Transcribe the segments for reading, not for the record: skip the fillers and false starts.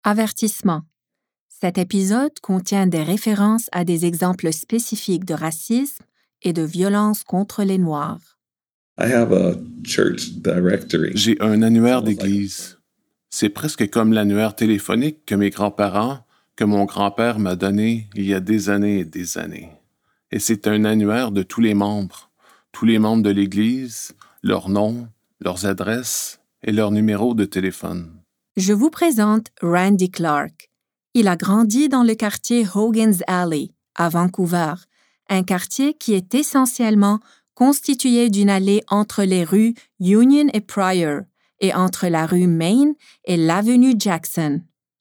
Avertissement. Cet épisode contient des références à des exemples spécifiques de racisme et de violence contre les Noirs. J'ai un annuaire d'église. C'est presque comme l'annuaire téléphonique que mes grands-parents, que mon grand-père m'a donné il y a des années et des années. Et c'est un annuaire de tous les membres de l'Église, leurs noms, leurs adresses et leurs numéros de téléphone. Je vous présente Randy Clark. Il a grandi dans le quartier Hogan's Alley, à Vancouver, un quartier qui est essentiellement constitué d'une allée entre les rues Union et Pryor et entre la rue Main et l'avenue Jackson.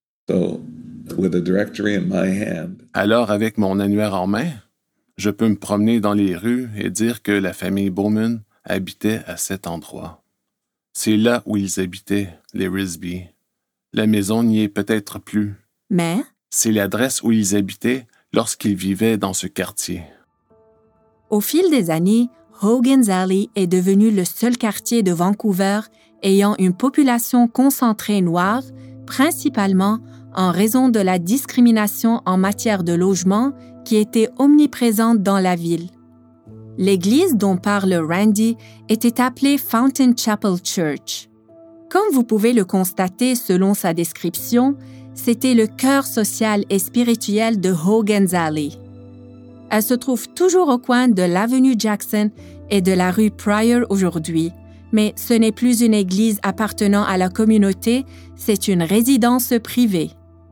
Alors, avec mon annuaire en main, je peux me promener dans les rues et dire que la famille Bowman habitait à cet endroit. C'est là où ils habitaient, les Risby. La maison n'y est peut-être plus. Mais c'est l'adresse où ils habitaient lorsqu'ils vivaient dans ce quartier. Au fil des années, Hogan's Alley est devenu le seul quartier de Vancouver ayant une population concentrée noire, principalement en raison de la discrimination en matière de logement qui était omniprésente dans la ville. L'église dont parle Randy était appelée Fountain Chapel Church. Comme vous pouvez le constater selon sa description, c'était le cœur social et spirituel de Hogan's Alley. Elle se trouve toujours au coin de l'avenue Jackson et de la rue Pryor aujourd'hui, mais ce n'est plus une église appartenant à la communauté, c'est une résidence privée.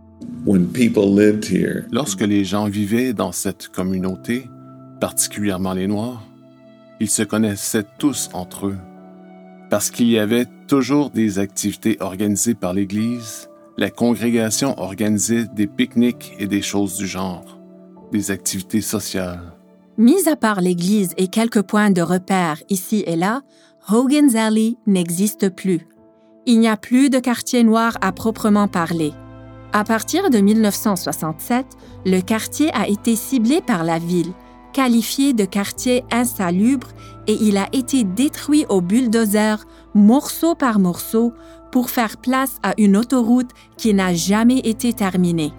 Lorsque les gens vivaient dans cette communauté, particulièrement les Noirs, ils se connaissaient tous entre eux. Parce qu'il y avait toujours des activités organisées par l'Église, la congrégation organisait des pique-niques et des choses du genre, des activités sociales. Mis à part l'Église et quelques points de repère ici et là, Hogan's Alley n'existe plus. Il n'y a plus de quartier noir à proprement parler. À partir de 1967, le quartier a été ciblé par la ville, qualifié de quartier insalubre, et il a été détruit au bulldozer, morceau par morceau, pour faire place à une autoroute qui n'a jamais été terminée.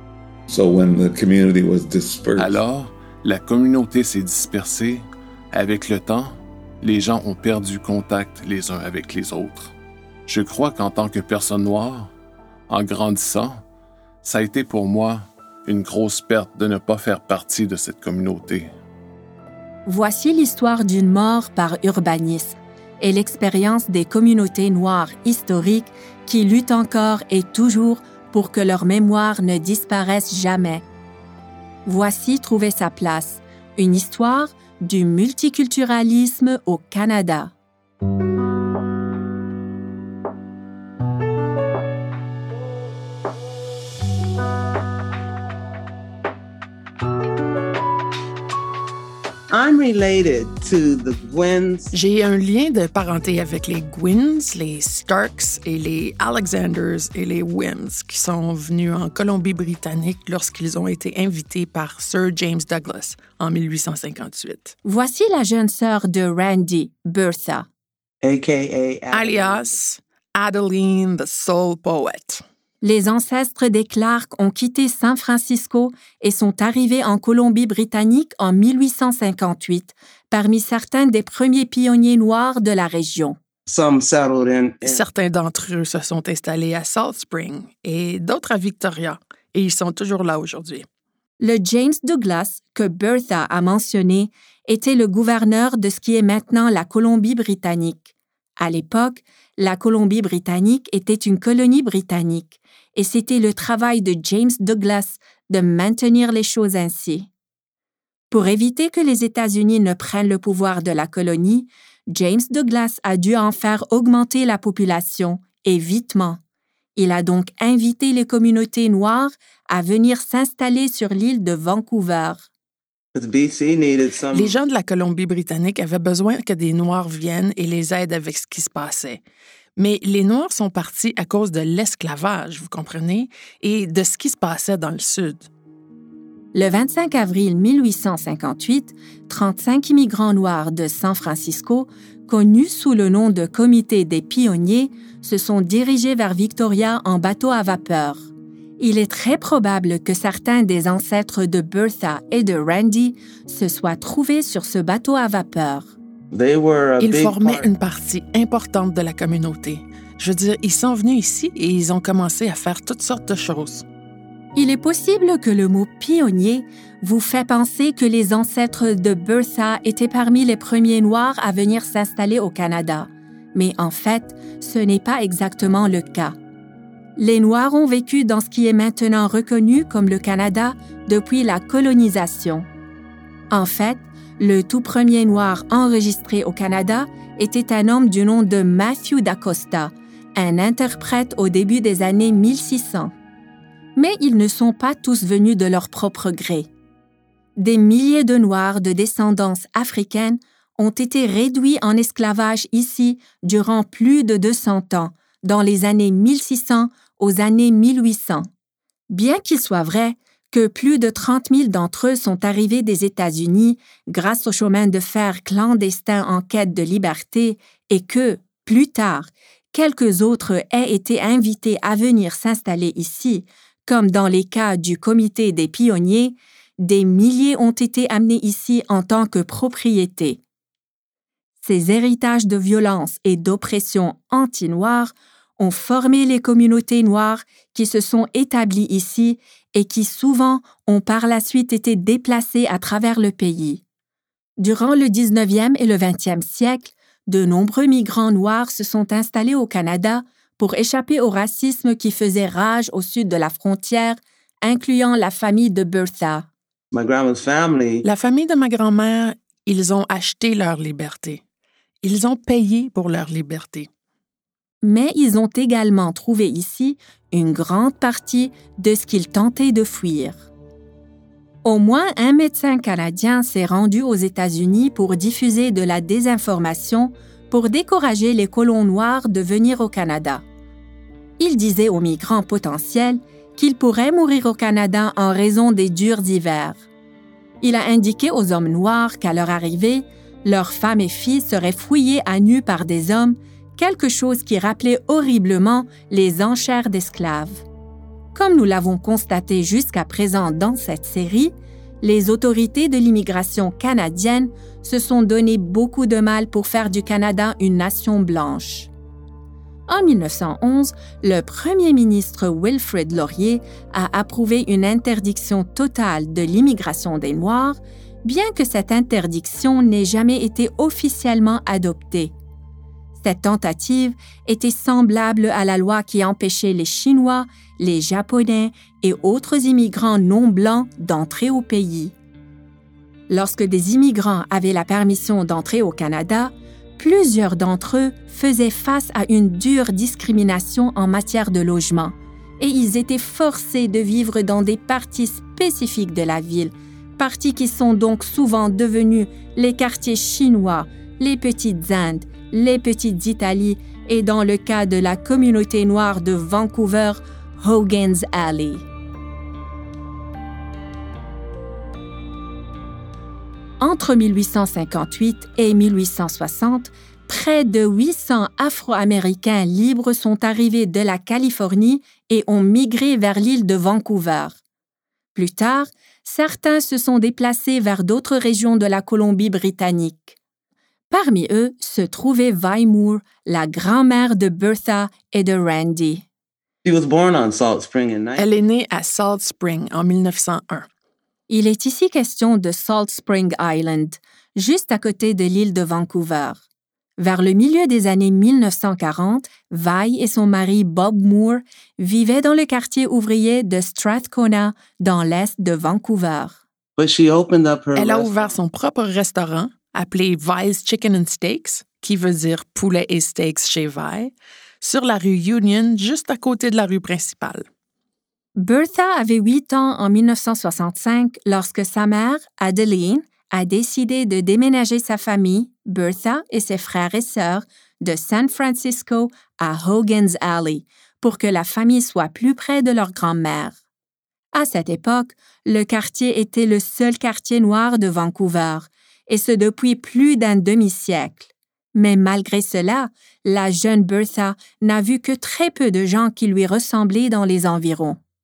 Alors, la communauté s'est dispersée. Avec le temps, les gens ont perdu contact les uns avec les autres. Je crois qu'en tant que personne noire, en grandissant, ça a été pour moi une grosse perte de ne pas faire partie de cette communauté. Voici l'histoire d'une mort par urbanisme et l'expérience des communautés noires historiques qui luttent encore et toujours pour que leur mémoire ne disparaisse jamais. Voici Trouver sa place, une histoire du multiculturalisme au Canada. J'ai un lien de parenté avec les Gwynns, les Starks et les Alexanders et les Wynns qui sont venus en Colombie-Britannique lorsqu'ils ont été invités par Sir James Douglas en 1858. Voici la jeune sœur de Randy, Bertha. Alias Adeline the Soul Poet. Les ancêtres des Clark ont quitté San Francisco et sont arrivés en Colombie-Britannique en 1858, parmi certains des premiers pionniers noirs de la région. Certains d'entre eux se sont installés à Salt Spring et d'autres à Victoria, et ils sont toujours là aujourd'hui. Le James Douglas, que Bertha a mentionné, était le gouverneur de ce qui est maintenant la Colombie-Britannique. À l'époque, la Colombie-Britannique était une colonie britannique, et c'était le travail de James Douglas de maintenir les choses ainsi. Pour éviter que les États-Unis ne prennent le pouvoir de la colonie, James Douglas a dû en faire augmenter la population, et vitement. Il a donc invité les communautés noires à venir s'installer sur l'île de Vancouver. Les gens de la Colombie-Britannique avaient besoin que des Noirs viennent et les aident avec ce qui se passait. Mais les Noirs sont partis à cause de l'esclavage, vous comprenez, et de ce qui se passait dans le Sud. Le 25 avril 1858, 35 immigrants noirs de San Francisco, connus sous le nom de Comité des pionniers, se sont dirigés vers Victoria en bateau à vapeur. Il est très probable que certains des ancêtres de Bertha et de Randy se soient trouvés sur ce bateau à vapeur. Ils formaient une partie importante de la communauté. Je veux dire, ils sont venus ici et ils ont commencé à faire toutes sortes de choses. Il est possible que le mot « pionnier » vous fait penser que les ancêtres de Bertha étaient parmi les premiers Noirs à venir s'installer au Canada. Mais en fait, ce n'est pas exactement le cas. Les Noirs ont vécu dans ce qui est maintenant reconnu comme le Canada depuis la colonisation. En fait, le tout premier Noir enregistré au Canada était un homme du nom de Matthew d'Acosta, un interprète au début des années 1600. Mais ils ne sont pas tous venus de leur propre gré. Des milliers de Noirs de descendance africaine ont été réduits en esclavage ici durant plus de 200 ans, dans les années 1600 aux années 1800. Bien qu'il soit vrai que plus de 30 000 d'entre eux sont arrivés des États-Unis grâce au chemin de fer clandestin en quête de liberté et que, plus tard, quelques autres aient été invités à venir s'installer ici, comme dans les cas du Comité des pionniers, des milliers ont été amenés ici en tant que propriétés. Ces héritages de violence et d'oppression anti-noire ont formé les communautés noires qui se sont établies ici et qui souvent ont par la suite été déplacées à travers le pays. Durant le 19e et le 20e siècle, de nombreux migrants noirs se sont installés au Canada pour échapper au racisme qui faisait rage au sud de la frontière, incluant la famille de Bertha. La famille de ma grand-mère, ils ont acheté leur liberté. Ils ont payé pour leur liberté. Mais ils ont également trouvé ici une grande partie de ce qu'ils tentaient de fuir. Au moins un médecin canadien s'est rendu aux États-Unis pour diffuser de la désinformation pour décourager les colons noirs de venir au Canada. Il disait aux migrants potentiels qu'ils pourraient mourir au Canada en raison des durs hivers. Il a indiqué aux hommes noirs qu'à leur arrivée, leurs femmes et filles seraient fouillées à nu par des hommes, quelque chose qui rappelait horriblement les enchères d'esclaves. Comme nous l'avons constaté jusqu'à présent dans cette série, les autorités de l'immigration canadienne se sont donné beaucoup de mal pour faire du Canada une nation blanche. En 1911, le premier ministre Wilfrid Laurier a approuvé une interdiction totale de l'immigration des Noirs, bien que cette interdiction n'ait jamais été officiellement adoptée. Cette tentative était semblable à la loi qui empêchait les Chinois, les Japonais et autres immigrants non blancs d'entrer au pays. Lorsque des immigrants avaient la permission d'entrer au Canada, plusieurs d'entre eux faisaient face à une dure discrimination en matière de logement et ils étaient forcés de vivre dans des parties spécifiques de la ville, parties qui sont donc souvent devenues les quartiers chinois, les petites Indes, les petites Italies et dans le cas de la communauté noire de Vancouver, Hogan's Alley. Entre 1858 et 1860, près de 800 Afro-Américains libres sont arrivés de la Californie et ont migré vers l'île de Vancouver. Plus tard, certains se sont déplacés vers d'autres régions de la Colombie-Britannique. Parmi eux se trouvait Vi Moore, la grand-mère de Bertha et de Randy. Elle est née à Salt Spring en 1901. Il est ici question de Salt Spring Island, juste à côté de l'île de Vancouver. Vers le milieu des années 1940, Vi et son mari Bob Moore vivaient dans le quartier ouvrier de Strathcona, dans l'est de Vancouver. Elle a ouvert son propre restaurant, appelé Vi's Chicken and Steaks, qui veut dire poulet et steaks chez Vi, sur la rue Union, juste à côté de la rue principale. Bertha avait 8 ans en 1965 lorsque sa mère, Adeline, a décidé de déménager sa famille, Bertha et ses frères et sœurs, de San Francisco à Hogan's Alley pour que la famille soit plus près de leur grand-mère. À cette époque, le quartier était le seul quartier noir de Vancouver, et ce depuis plus d'un demi-siècle. Mais malgré cela, la jeune Bertha n'a vu que très peu de gens qui lui ressemblaient dans les environs.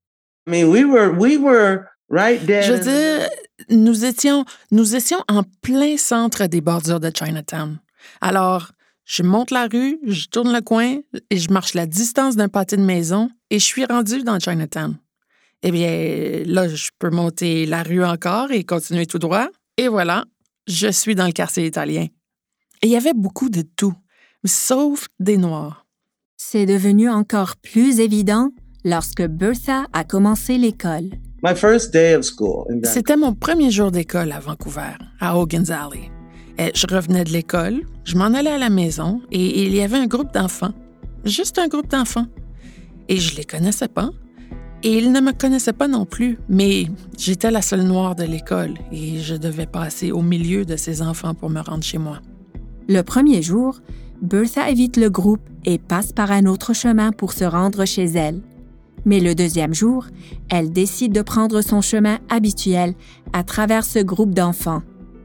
I mean, we were right there. Je veux dire, nous étions en plein centre des bordures de Chinatown. Alors, je monte la rue, je tourne le coin et je marche la distance d'un pâté de maison et je suis rendue dans Chinatown. Eh bien, là, je peux monter la rue encore et continuer tout droit. Et voilà, je suis dans le quartier italien. Et il y avait beaucoup de tout, sauf des Noirs. C'est devenu encore plus évident lorsque Bertha a commencé l'école. My first day of school. C'était mon premier jour d'école à Vancouver, à Hogan's Alley. Je revenais de l'école, je m'en allais à la maison et il y avait un groupe d'enfants. Juste un groupe d'enfants. Et je les connaissais pas. Et ils ne me connaissaient pas non plus, mais j'étais la seule noire de l'école et je devais passer au milieu de ces enfants pour me rendre chez moi. Le premier jour, Bertha évite le groupe et passe par un autre chemin pour se rendre chez elle. Mais le deuxième jour, elle décide de prendre son chemin habituel à travers ce groupe d'enfants.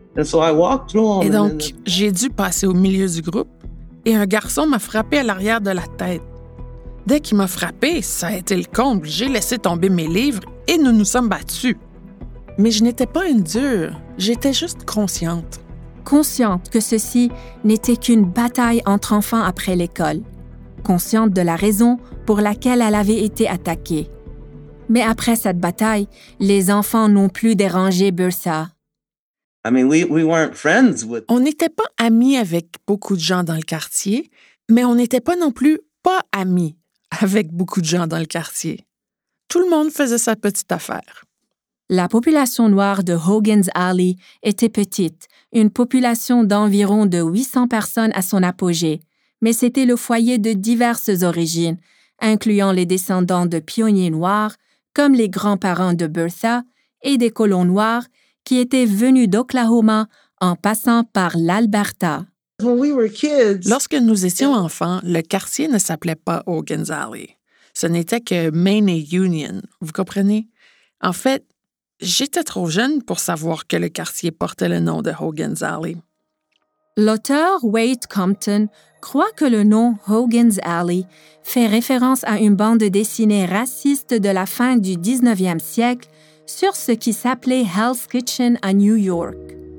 Et donc, j'ai dû passer au milieu du groupe et un garçon m'a frappé à l'arrière de la tête. Dès qu'il m'a frappé, ça a été le comble. J'ai laissé tomber mes livres et nous nous sommes battus. Mais je n'étais pas une dure, j'étais juste consciente. Consciente que ceci n'était qu'une bataille entre enfants après l'école. Consciente de la raison pour laquelle elle avait été attaquée. Mais après cette bataille, les enfants n'ont plus dérangé Bertha. I mean, we weren't friends with... On n'était pas amis avec beaucoup de gens dans le quartier, mais on n'était pas non plus pas amis avec beaucoup de gens dans le quartier. Tout le monde faisait sa petite affaire. La population noire de Hogan's Alley était petite, une population d'environ de 800 personnes à son apogée, mais c'était le foyer de diverses origines, incluant les descendants de pionniers noirs, comme les grands-parents de Bertha, et des colons noirs qui étaient venus d'Oklahoma en passant par l'Alberta. Lorsque nous étions enfants, le quartier ne s'appelait pas Hogan's Alley. Ce n'était que Main et Union, vous comprenez? En fait, j'étais trop jeune pour savoir que le quartier portait le nom de Hogan's Alley. L'auteur Wade Compton croit que le nom Hogan's Alley fait référence à une bande dessinée raciste de la fin du 19e siècle sur ce qui s'appelait Hell's Kitchen à New York.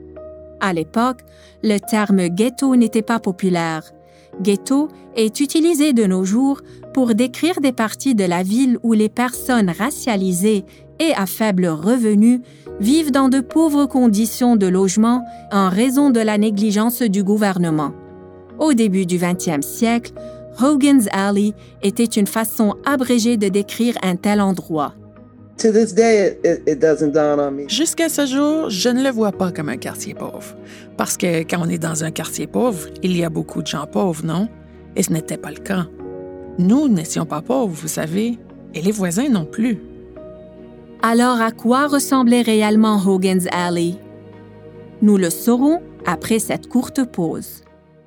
À l'époque, le terme ghetto n'était pas populaire. Ghetto est utilisé de nos jours pour décrire des parties de la ville où les personnes racialisées et à faible revenu vivent dans de pauvres conditions de logement en raison de la négligence du gouvernement. Au début du 20e siècle, Hogan's Alley était une façon abrégée de décrire un tel endroit. To this day, it doesn't dawn on me. Jusqu'à ce jour, je ne le vois pas comme un quartier pauvre. Parce que quand on est dans un quartier pauvre, il y a beaucoup de gens pauvres, non? Et ce n'était pas le cas. Nous n'étions pas pauvres, vous savez, et les voisins non plus. Alors, à quoi ressemblait réellement Hogan's Alley? Nous le saurons après cette courte pause.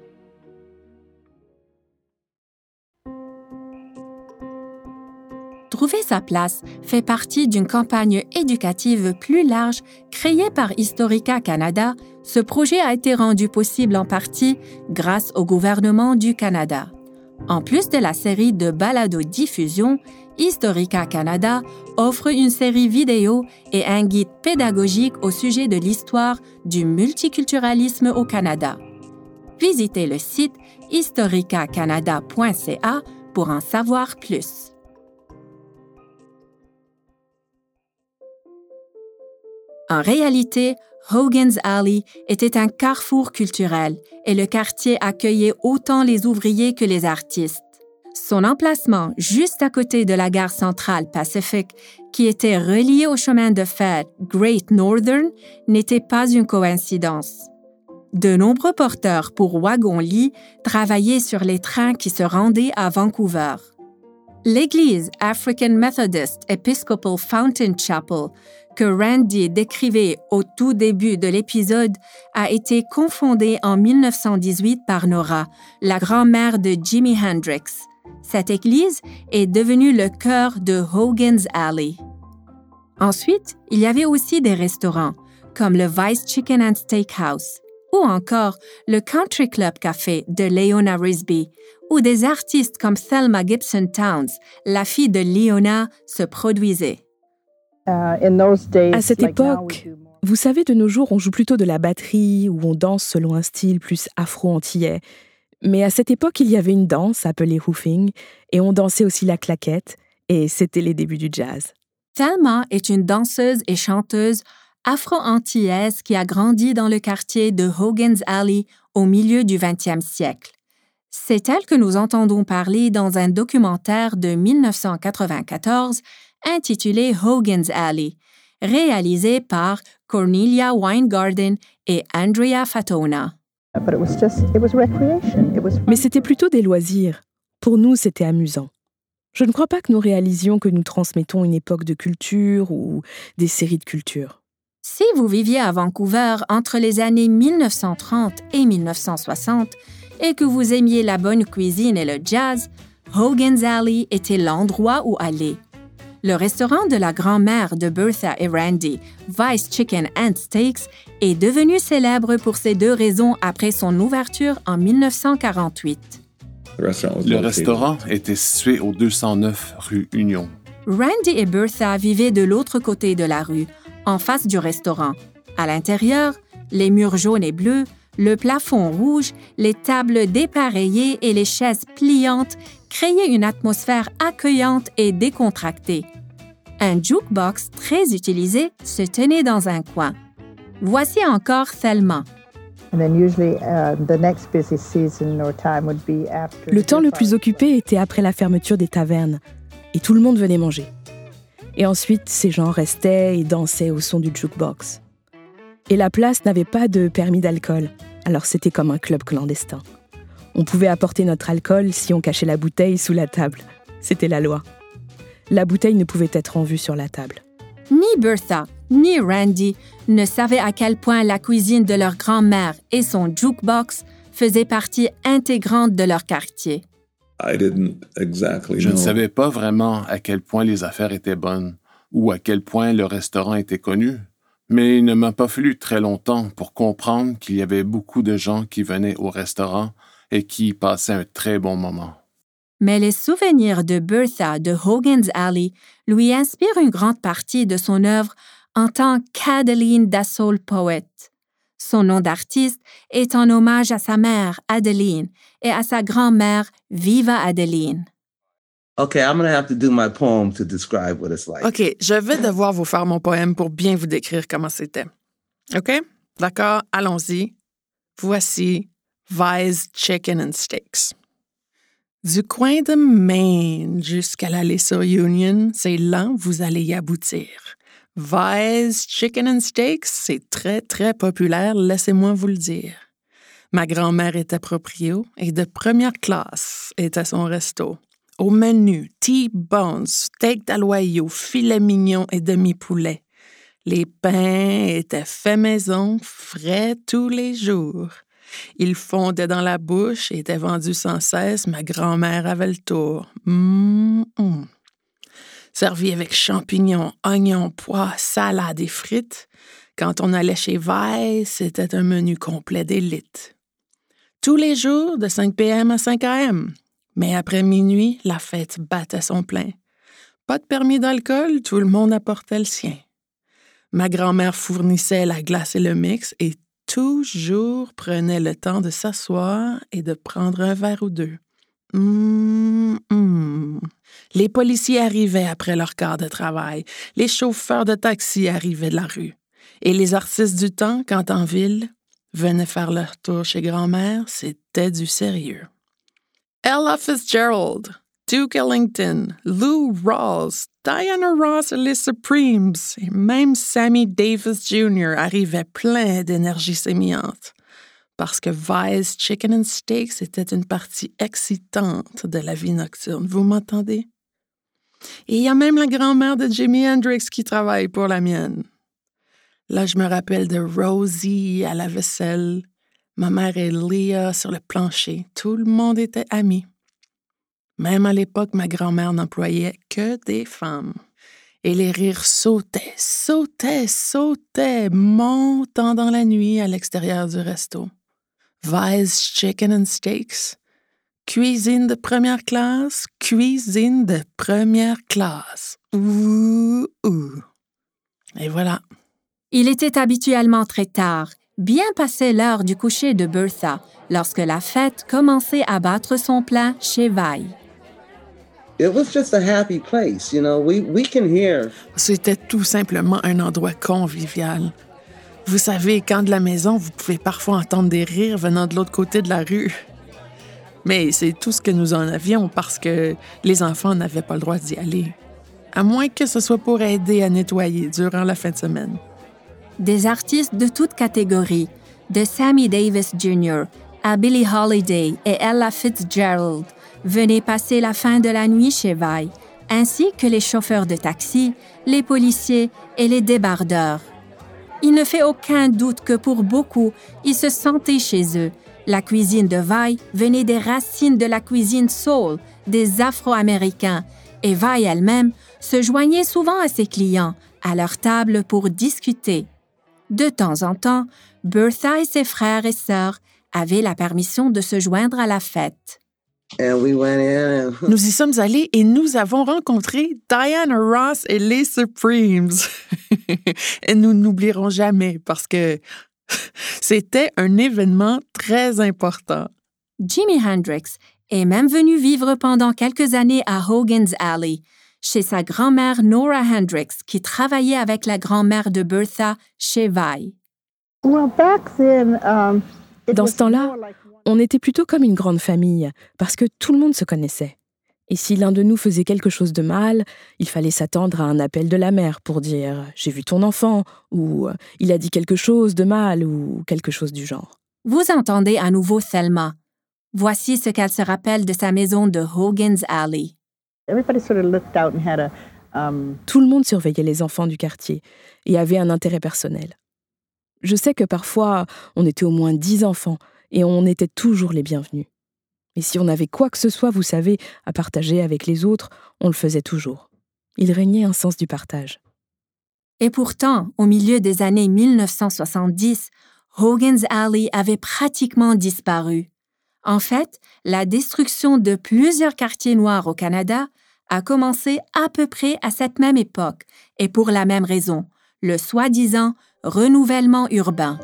Trouver sa place fait partie d'une campagne éducative plus large créée par Historica Canada. Ce projet a été rendu possible en partie grâce au gouvernement du Canada. En plus de la série de balado-diffusion, Historica Canada offre une série vidéo et un guide pédagogique au sujet de l'histoire du multiculturalisme au Canada. Visitez le site historicacanada.ca pour en savoir plus. En réalité, Hogan's Alley était un carrefour culturel et le quartier accueillait autant les ouvriers que les artistes. Son emplacement, juste à côté de la gare centrale Pacific, qui était reliée au chemin de fer Great Northern, n'était pas une coïncidence. De nombreux porteurs pour wagons-lits travaillaient sur les trains qui se rendaient à Vancouver. L'Église African Methodist Episcopal Fountain Chapel, que Randy décrivait au tout début de l'épisode, a été confondée en 1918 par Nora, la grand-mère de Jimi Hendrix. Cette église est devenue le cœur de Hogan's Alley. Ensuite, il y avait aussi des restaurants, comme le Vice Chicken and Steakhouse, ou encore le Country Club Café de Leona Risby, où des artistes comme Thelma Gibson Towns, la fille de Leona, se produisaient. À cette époque, vous savez, de nos jours, on joue plutôt de la batterie ou on danse selon un style plus afro-antillais. Mais à cette époque, il y avait une danse appelée hoofing et on dansait aussi la claquette et c'était les débuts du jazz. Thelma est une danseuse et chanteuse afro-antillaise qui a grandi dans le quartier de Hogan's Alley au milieu du 20e siècle. C'est elle que nous entendons parler dans un documentaire de 1994 intitulé Hogan's Alley, réalisé par Cornelia Weingarten et Andrea Fatona. Mais c'était plutôt des loisirs. Pour nous, c'était amusant. Je ne crois pas que nous réalisions que nous transmettons une époque de culture ou des séries de culture. Si vous viviez à Vancouver entre les années 1930 et 1960 et que vous aimiez la bonne cuisine et le jazz, Hogan's Alley était l'endroit où aller. Le restaurant de la grand-mère de Bertha et Randy, Vice Chicken and Steaks, est devenu célèbre pour ces deux raisons après son ouverture en 1948. Le restaurant était situé au 209 rue Union. Randy et Bertha vivaient de l'autre côté de la rue, en face du restaurant. À l'intérieur, les murs jaunes et bleus, le plafond rouge, les tables dépareillées et les chaises pliantes créaient une atmosphère accueillante et décontractée. Un jukebox très utilisé se tenait dans un coin. Voici encore Thelma. Le temps le plus occupé était après la fermeture des tavernes, et tout le monde venait manger. Et ensuite, ces gens restaient et dansaient au son du jukebox. Et la place n'avait pas de permis d'alcool, alors c'était comme un club clandestin. On pouvait apporter notre alcool si on cachait la bouteille sous la table. C'était la loi. La bouteille ne pouvait être en vue sur la table. Ni Bertha, ni Randy ne savaient à quel point la cuisine de leur grand-mère et son jukebox faisaient partie intégrante de leur quartier. Je ne savais pas vraiment à quel point les affaires étaient bonnes ou à quel point le restaurant était connu, mais il ne m'a pas fallu très longtemps pour comprendre qu'il y avait beaucoup de gens qui venaient au restaurant et qui y passaient un très bon moment. Mais les souvenirs de Bertha de Hogan's Alley lui inspirent une grande partie de son œuvre en tant qu'Adeline Dassol Poet. Son nom d'artiste est en hommage à sa mère, Adeline, et à sa grand-mère, Viva Adeline. Okay, I'm going to have to do my poem to describe what it's like. OK, je vais devoir vous faire mon poème pour bien vous décrire comment c'était. OK? D'accord? Allons-y. Voici Vice Chicken and Steaks. Du coin de Maine jusqu'à l'allée sur Union, c'est là que vous allez y aboutir. Vice Chicken and Steaks, c'est très, très populaire, laissez-moi vous le dire. Ma grand-mère était proprio et de première classe était son resto. Au menu, T-bones, steak d'aloyau, filet mignon et demi-poulet. Les pains étaient faits maison, frais tous les jours. Ils fondaient dans la bouche et étaient vendus sans cesse. Ma grand-mère avait le tour. Servi avec champignons, oignons, pois, salade et frites. Quand on allait chez Vice, c'était un menu complet d'élite. Tous les jours, de 5 p.m. à 5 a.m. Mais après minuit, la fête battait son plein. Pas de permis d'alcool, tout le monde apportait le sien. Ma grand-mère fournissait la glace et le mix et toujours prenait le temps de s'asseoir et de prendre un verre ou deux. Les policiers arrivaient après leur quart de travail. Les chauffeurs de taxi arrivaient de la rue. Et les artistes du temps, quand en ville, venaient faire leur tour chez grand-mère, c'était du sérieux. Ella Fitzgerald, Duke Ellington, Lou Rawls, Diana Ross et les Supremes, et même Sammy Davis Jr. arrivaient plein d'énergie sémillante. Parce que Vice Chicken and Steaks était une partie excitante de la vie nocturne. Vous m'entendez? Et il y a même la grand-mère de Jimi Hendrix qui travaille pour la mienne. Là, je me rappelle de Rosie à la vaisselle, ma mère et Leah sur le plancher. Tout le monde était amis. Même à l'époque, ma grand-mère n'employait que des femmes. Et les rires sautaient, montant dans la nuit à l'extérieur du resto. Vice Chicken and Steaks. Cuisine de première classe, cuisine de première classe. Ouh. Et voilà. Il était habituellement très tard, bien passé l'heure du coucher de Bertha, lorsque la fête commençait à battre son plein chez Vi. It was just a happy place, you know. We can hear. C'était tout simplement un endroit convivial. Vous savez, quand de la maison, vous pouvez parfois entendre des rires venant de l'autre côté de la rue. Mais c'est tout ce que nous en avions parce que les enfants n'avaient pas le droit d'y aller. À moins que ce soit pour aider à nettoyer durant la fin de semaine. Des artistes de toutes catégories, de Sammy Davis Jr. à Billie Holiday et Ella Fitzgerald, venaient passer la fin de la nuit chez Vi, ainsi que les chauffeurs de taxi, les policiers et les débardeurs. Il ne fait aucun doute que pour beaucoup, ils se sentaient chez eux. La cuisine de Vi venait des racines de la cuisine soul des Afro-Américains et Vi elle-même se joignait souvent à ses clients, à leur table pour discuter. De temps en temps, Bertha et ses frères et sœurs avaient la permission de se joindre à la fête. And we went in and Nous y sommes allés et nous avons rencontré Diana Ross et les Supremes. Et nous n'oublierons jamais parce que c'était un événement très important. Jimi Hendrix est même venu vivre pendant quelques années à Hogan's Alley, chez sa grand-mère Nora Hendrix, qui travaillait avec la grand-mère de Bertha chez Vi. Dans ce temps-là, on était plutôt comme une grande famille, parce que tout le monde se connaissait. Et si l'un de nous faisait quelque chose de mal, il fallait s'attendre à un appel de la mère pour dire « j'ai vu ton enfant » ou « il a dit quelque chose de mal » ou quelque chose du genre. Vous entendez à nouveau Thelma. Voici ce qu'elle se rappelle de sa maison de Hogan's Alley. Tout le monde surveillait les enfants du quartier et avait un intérêt personnel. Je sais que parfois, on était au moins 10 enfants et on était toujours les bienvenus. Et si on avait quoi que ce soit, vous savez, à partager avec les autres, on le faisait toujours. Il régnait un sens du partage. Et pourtant, au milieu des années 1970, Hogan's Alley avait pratiquement disparu. En fait, la destruction de plusieurs quartiers noirs au Canada a commencé à peu près à cette même époque et pour la même raison, le soi-disant renouvellement urbain.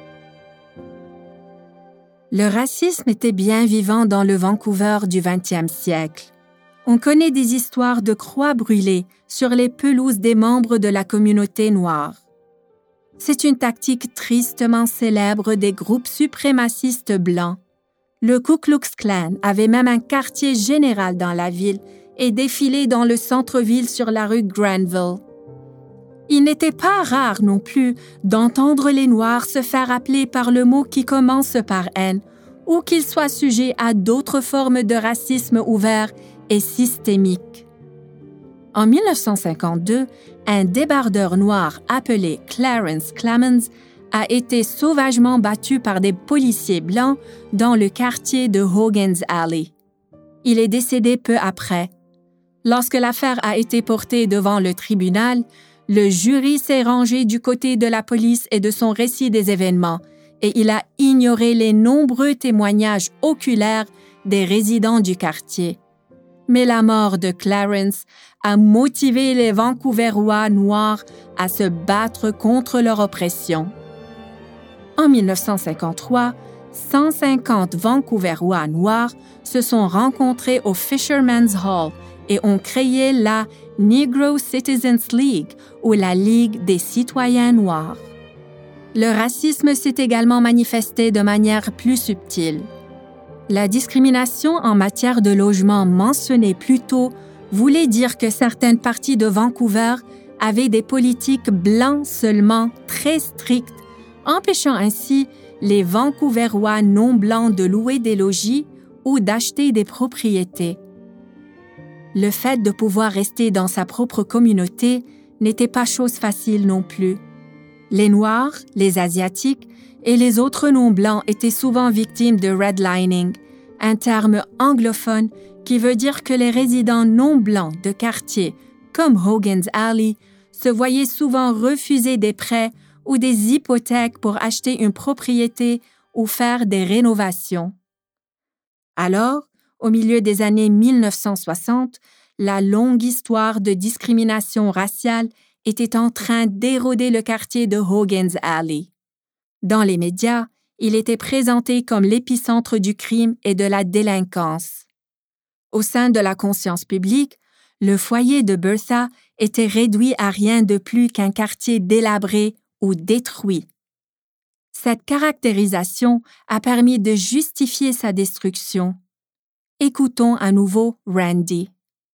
Le racisme était bien vivant dans le Vancouver du 20e siècle. On connaît des histoires de croix brûlées sur les pelouses des membres de la communauté noire. C'est une tactique tristement célèbre des groupes suprémacistes blancs. Le Ku Klux Klan avait même un quartier général dans la ville et défilait dans le centre-ville sur la rue Granville. Il n'était pas rare non plus d'entendre les Noirs se faire appeler par le mot qui commence par N ou qu'ils soient sujets à d'autres formes de racisme ouvert et systémique. En 1952, un débardeur noir appelé Clarence Clemens a été sauvagement battu par des policiers blancs dans le quartier de Hogan's Alley. Il est décédé peu après. Lorsque l'affaire a été portée devant le tribunal, le jury s'est rangé du côté de la police et de son récit des événements, et il a ignoré les nombreux témoignages oculaires des résidents du quartier. Mais la mort de Clarence a motivé les Vancouverois noirs à se battre contre leur oppression. En 1953, 150 Vancouverois noirs se sont rencontrés au Fisherman's Hall et ont créé la Negro Citizens League, ou la Ligue des citoyens noirs. Le racisme s'est également manifesté de manière plus subtile. La discrimination en matière de logement mentionnée plus tôt voulait dire que certaines parties de Vancouver avaient des politiques blancs seulement très strictes, empêchant ainsi les Vancouverois non blancs de louer des logis ou d'acheter des propriétés. Le fait de pouvoir rester dans sa propre communauté n'était pas chose facile non plus. Les Noirs, les Asiatiques et les autres non-blancs étaient souvent victimes de redlining, un terme anglophone qui veut dire que les résidents non-blancs de quartiers comme Hogan's Alley se voyaient souvent refuser des prêts ou des hypothèques pour acheter une propriété ou faire des rénovations. Alors, au milieu des années 1960, la longue histoire de discrimination raciale était en train d'éroder le quartier de Hogan's Alley. Dans les médias, il était présenté comme l'épicentre du crime et de la délinquance. Au sein de la conscience publique, le foyer de Bertha était réduit à rien de plus qu'un quartier délabré ou détruit. Cette caractérisation a permis de justifier sa destruction. Écoutons à nouveau Randy.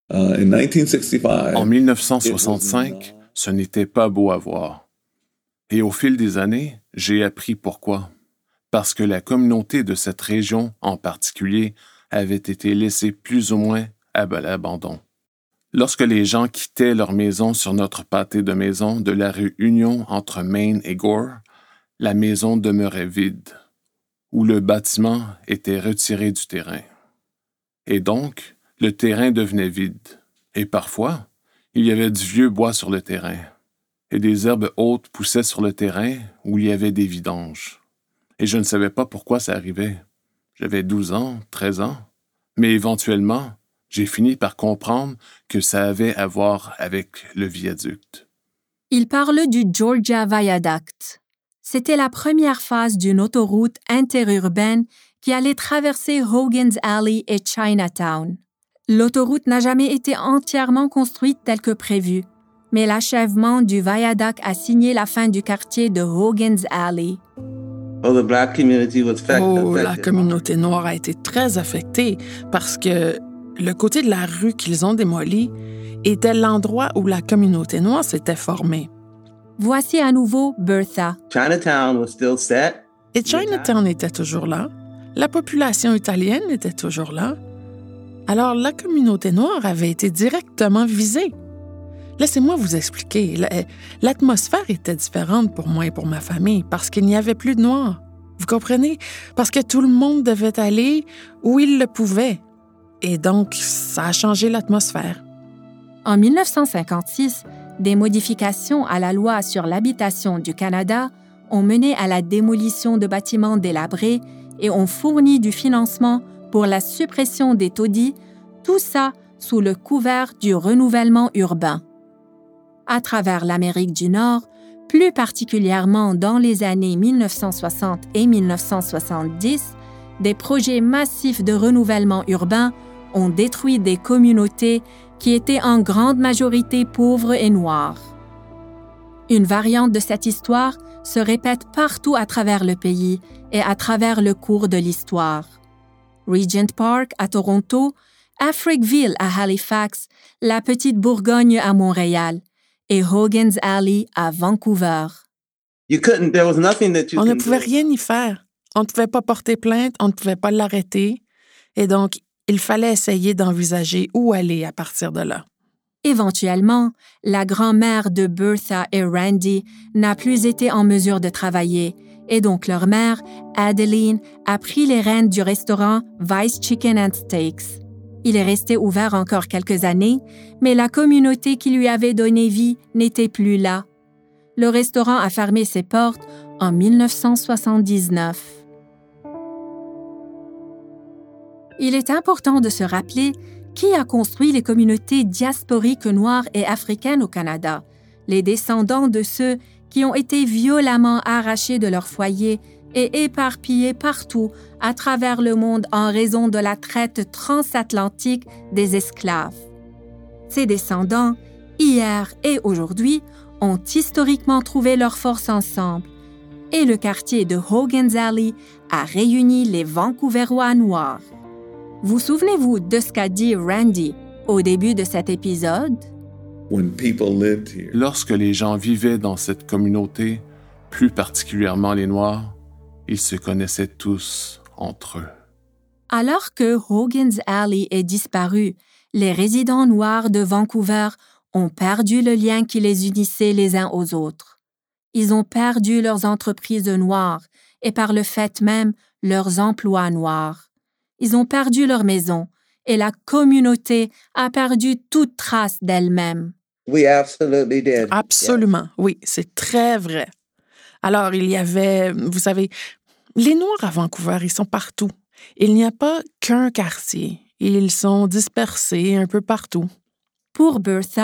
En 1965, ce n'était pas beau à voir. Et au fil des années, j'ai appris pourquoi. Parce que la communauté de cette région en particulier avait été laissée plus ou moins à l'abandon. Lorsque les gens quittaient leur maison sur notre pâté de maison de la rue Union entre Main et Gore, la maison demeurait vide, ou le bâtiment était retiré du terrain. Et donc, le terrain devenait vide, et parfois, il y avait du vieux bois sur le terrain, et des herbes hautes poussaient sur le terrain où il y avait des vidanges. Et je ne savais pas pourquoi ça arrivait. J'avais 12 ans, 13 ans, mais éventuellement, j'ai fini par comprendre que ça avait à voir avec le viaduc. Il parle du Georgia Viaduct. C'était la première phase d'une autoroute interurbaine qui allait traverser Hogan's Alley et Chinatown. L'autoroute n'a jamais été entièrement construite telle que prévue, mais l'achèvement du viaduc a signé la fin du quartier de Hogan's Alley. La communauté noire a été très affectée parce que le côté de la rue qu'ils ont démoli était l'endroit où la communauté noire s'était formée. Voici à nouveau Bertha. Chinatown was still set. Et Chinatown était toujours là. La population italienne était toujours là. Alors, la communauté noire avait été directement visée. Laissez-moi vous expliquer. L'atmosphère était différente pour moi et pour ma famille parce qu'il n'y avait plus de Noirs. Vous comprenez? Parce que tout le monde devait aller où il le pouvait. Et donc, ça a changé l'atmosphère. En 1956, des modifications à la loi sur l'habitation du Canada ont mené à la démolition de bâtiments délabrés et ont fourni du financement pour la suppression des taudis, tout ça sous le couvert du renouvellement urbain. À travers l'Amérique du Nord, plus particulièrement dans les années 1960 et 1970, des projets massifs de renouvellement urbain ont détruit des communautés qui étaient en grande majorité pauvres et noires. Une variante de cette histoire se répète partout à travers le pays et à travers le cours de l'histoire. Regent Park à Toronto, Africville à Halifax, la Petite Bourgogne à Montréal et Hogan's Alley à Vancouver. On ne pouvait rien y faire. On ne pouvait pas porter plainte, on ne pouvait pas l'arrêter. Et donc, il fallait essayer d'envisager où aller à partir de là. Éventuellement, la grand-mère de Bertha et Randy n'a plus été en mesure de travailler et donc leur mère, Adeline, a pris les rênes du restaurant Vice Chicken and Steaks. Il est resté ouvert encore quelques années, mais la communauté qui lui avait donné vie n'était plus là. Le restaurant a fermé ses portes en 1979. Il est important de se rappeler qui a construit les communautés diasporiques noires et africaines au Canada, les descendants de ceux qui ont été violemment arrachés de leur foyer et éparpillés partout à travers le monde en raison de la traite transatlantique des esclaves. Ces descendants, hier et aujourd'hui, ont historiquement trouvé leur force ensemble et le quartier de Hogan's Alley a réuni les Vancouverois noirs. Vous souvenez-vous de ce qu'a dit Randy au début de cet épisode? Lorsque les gens vivaient dans cette communauté, plus particulièrement les Noirs, ils se connaissaient tous entre eux. Alors que Hogan's Alley est disparu, les résidents noirs de Vancouver ont perdu le lien qui les unissait les uns aux autres. Ils ont perdu leurs entreprises noires et par le fait même leurs emplois noirs. Ils ont perdu leur maison et la communauté a perdu toute trace d'elle-même. Absolument, oui, c'est très vrai. Alors, il y avait, vous savez, les Noirs à Vancouver, ils sont partout. Il n'y a pas qu'un quartier. Ils sont dispersés un peu partout. Pour Bertha,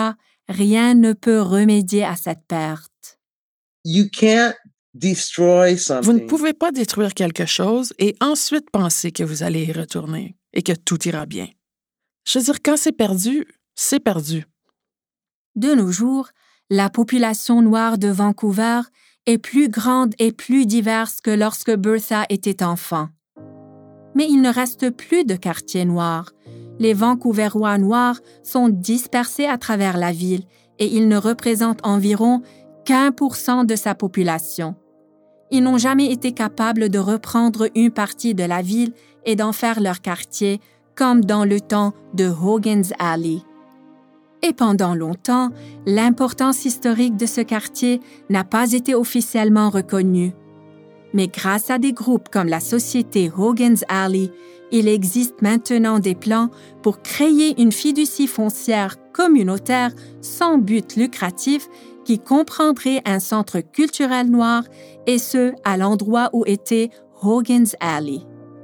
Rien ne peut remédier à cette perte. You can't destroy Vous ne something. pouvez pas détruire quelque chose et ensuite penser que vous allez y retourner et que tout ira bien. Je veux dire, quand c'est perdu, c'est perdu. De nos jours, la population noire de Vancouver est plus grande et plus diverse que lorsque Bertha était enfant. Mais il ne reste plus de quartier noir. Les Vancouverois noirs sont dispersés à travers la ville et ils ne représentent environ qu'1% de sa population. Ils n'ont jamais été capables de reprendre une partie de la ville et d'en faire leur quartier, comme dans le temps de Hogan's Alley. Et pendant longtemps, l'importance historique de ce quartier n'a pas été officiellement reconnue. Mais grâce à des groupes comme la société Hogan's Alley, il existe maintenant des plans pour créer une fiducie foncière communautaire sans but lucratif qui comprendrait un centre culturel noir et ce, à l'endroit où était Hogan's Alley.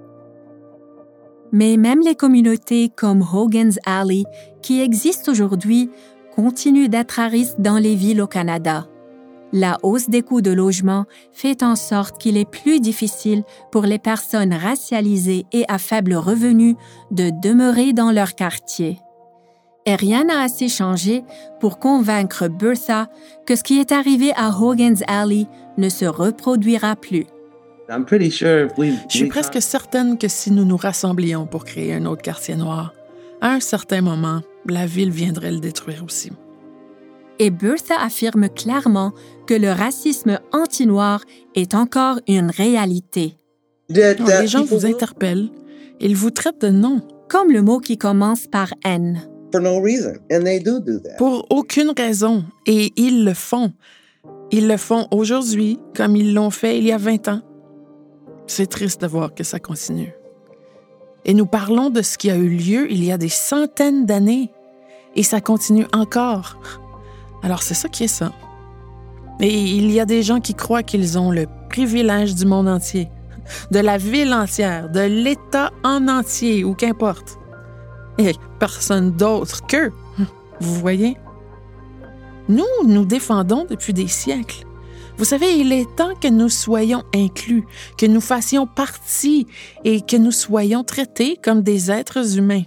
Mais même les communautés comme Hogan's Alley, qui existent aujourd'hui, continuent d'être à risque dans les villes au Canada. La hausse des coûts de logement fait en sorte qu'il est plus difficile pour les personnes racialisées et à faible revenu de demeurer dans leur quartier. Et rien n'a assez changé pour convaincre Bertha que ce qui est arrivé à Hogan's Alley ne se reproduira plus. I'm pretty sure if Je suis presque certaine que si nous nous rassemblions pour créer un autre quartier noir, à un certain moment, la ville viendrait le détruire aussi. Et Bertha affirme clairement que le racisme anti-noir est encore une réalité. that, Non, that les gens people vous will interpellent, ils vous traitent de nom, Comme le mot qui commence par N. for no reason, and they do that. pour aucune raison, et ils le font. Ils le font aujourd'hui comme ils l'ont fait il y a 20 ans. C'est triste de voir que ça continue. Et nous parlons de ce qui a eu lieu il y a des centaines d'années, et ça continue encore. Alors c'est ça qui est ça. Et il y a des gens qui croient qu'ils ont le privilège du monde entier, de la ville entière, de l'État en entier, ou qu'importe. Et personne d'autre qu'eux. Vous voyez? Nous défendons depuis des siècles. Vous savez, il est temps que nous soyons inclus, que nous fassions partie et que nous soyons traités comme des êtres humains.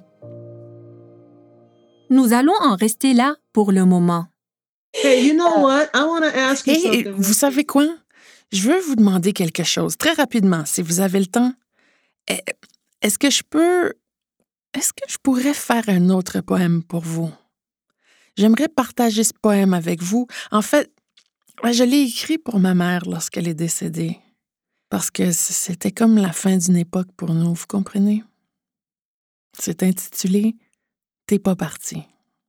Nous allons en rester là pour le moment. Hey, you know what? I want to ask you Et something. vous savez quoi? Je veux vous demander quelque chose, très rapidement, si vous avez le temps. Est-ce que je pourrais faire un autre poème pour vous? J'aimerais partager ce poème avec vous. En fait, je l'ai écrit pour ma mère lorsqu'elle est décédée. Parce que c'était comme la fin d'une époque pour nous, vous comprenez? C'est intitulé « T'es pas parti ».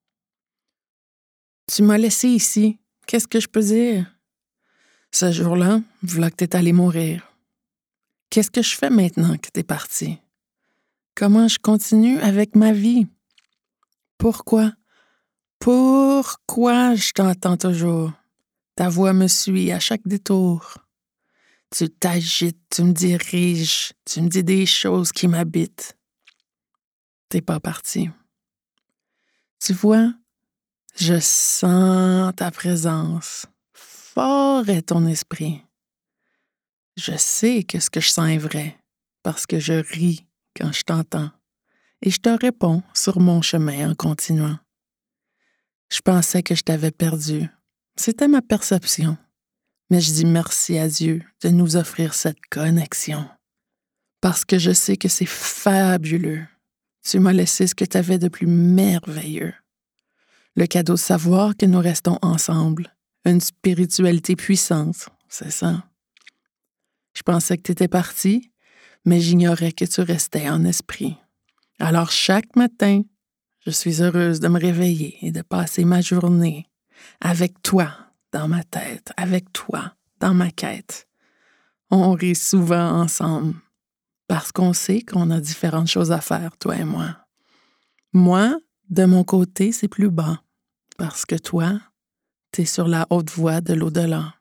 Tu m'as laissé ici. Qu'est-ce que je peux dire? Ce jour-là, voilà que t'es allé mourir. Qu'est-ce que je fais maintenant que t'es parti? Comment je continue avec ma vie? Pourquoi? Pourquoi je t'entends toujours? Ta voix me suit à chaque détour. Tu t'agites, tu me diriges, tu me dis des choses qui m'habitent. T'es pas parti. Tu vois, je sens ta présence. Fort est ton esprit. Je sais que ce que je sens est vrai, parce que je ris quand je t'entends, et je te réponds sur mon chemin en continuant. Je pensais que je t'avais perdu. C'était ma perception. Mais je dis merci à Dieu de nous offrir cette connexion. Parce que je sais que c'est fabuleux. Tu m'as laissé ce que tu avais de plus merveilleux. Le cadeau de savoir que nous restons ensemble. Une spiritualité puissante, c'est ça. Je pensais que tu étais parti, mais j'ignorais que tu restais en esprit. Alors chaque matin, je suis heureuse de me réveiller et de passer ma journée avec toi dans ma tête, avec toi dans ma quête. On rit souvent ensemble parce qu'on sait qu'on a différentes choses à faire, toi et moi. Moi, de mon côté, c'est plus bas parce que toi, t'es sur la haute voie de l'au-delà.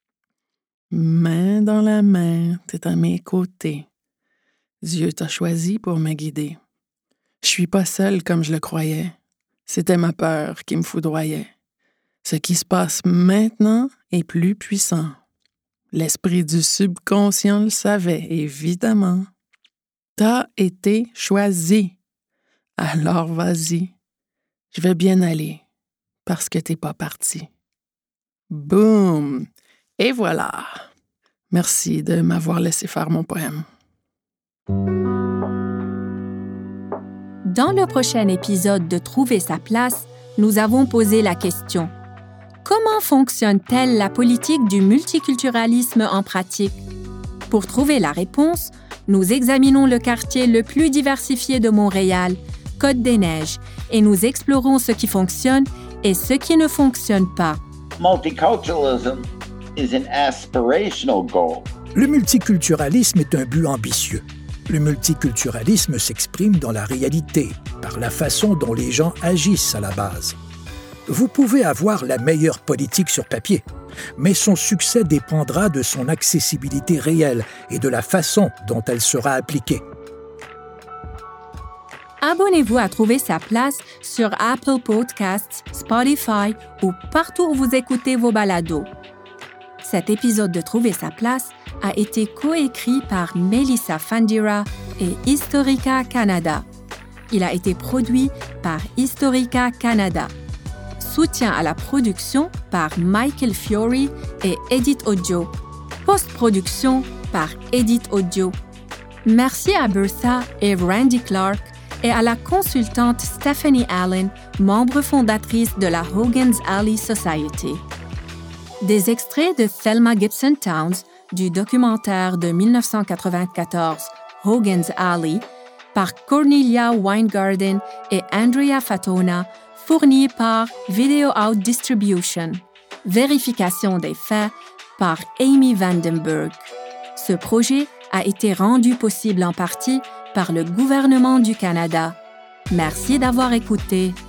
Main dans la main, t'es à mes côtés. Dieu t'a choisi pour me guider. Je suis pas seule comme je le croyais. C'était ma peur qui me foudroyait. Ce qui se passe maintenant est plus puissant. L'esprit du subconscient le savait, évidemment. T'as été choisi. Alors vas-y. Je vais bien aller, parce que t'es pas parti. Boum! Et voilà! Merci de m'avoir laissé faire mon poème. Dans le prochain épisode de Trouver sa place, nous avons posé la question: comment fonctionne-t-elle la politique du multiculturalisme en pratique? Pour trouver la réponse, nous examinons le quartier le plus diversifié de Montréal, Côte-des-Neiges, et nous explorons ce qui fonctionne et ce qui ne fonctionne pas. Multiculturalism is an aspirational goal. Le multiculturalisme est un but ambitieux. Le multiculturalisme s'exprime dans la réalité, par la façon dont les gens agissent à la base. Vous pouvez avoir la meilleure politique sur papier, mais son succès dépendra de son accessibilité réelle et de la façon dont elle sera appliquée. Abonnez-vous à Trouver sa place sur Apple Podcasts, Spotify ou partout où vous écoutez vos balados. Cet épisode de Trouver sa place a été coécrit par Melissa Fandira et Historica Canada. Il a été produit par Historica Canada. Soutien à la production par Michael Fiori et Edit Audio. Post-production par Edit Audio. Merci à Bertha et Randy Clark et à la consultante Stephanie Allen, membre fondatrice de la Hogan's Alley Society. Des extraits de Thelma Gibson Towns du documentaire de 1994 Hogan's Alley par Cornelia Weingarten et Andrea Fatona, fournis par Video Out Distribution. Vérification des faits par Amy Vandenberg. Ce projet a été rendu possible en partie par le gouvernement du Canada. Merci d'avoir écouté.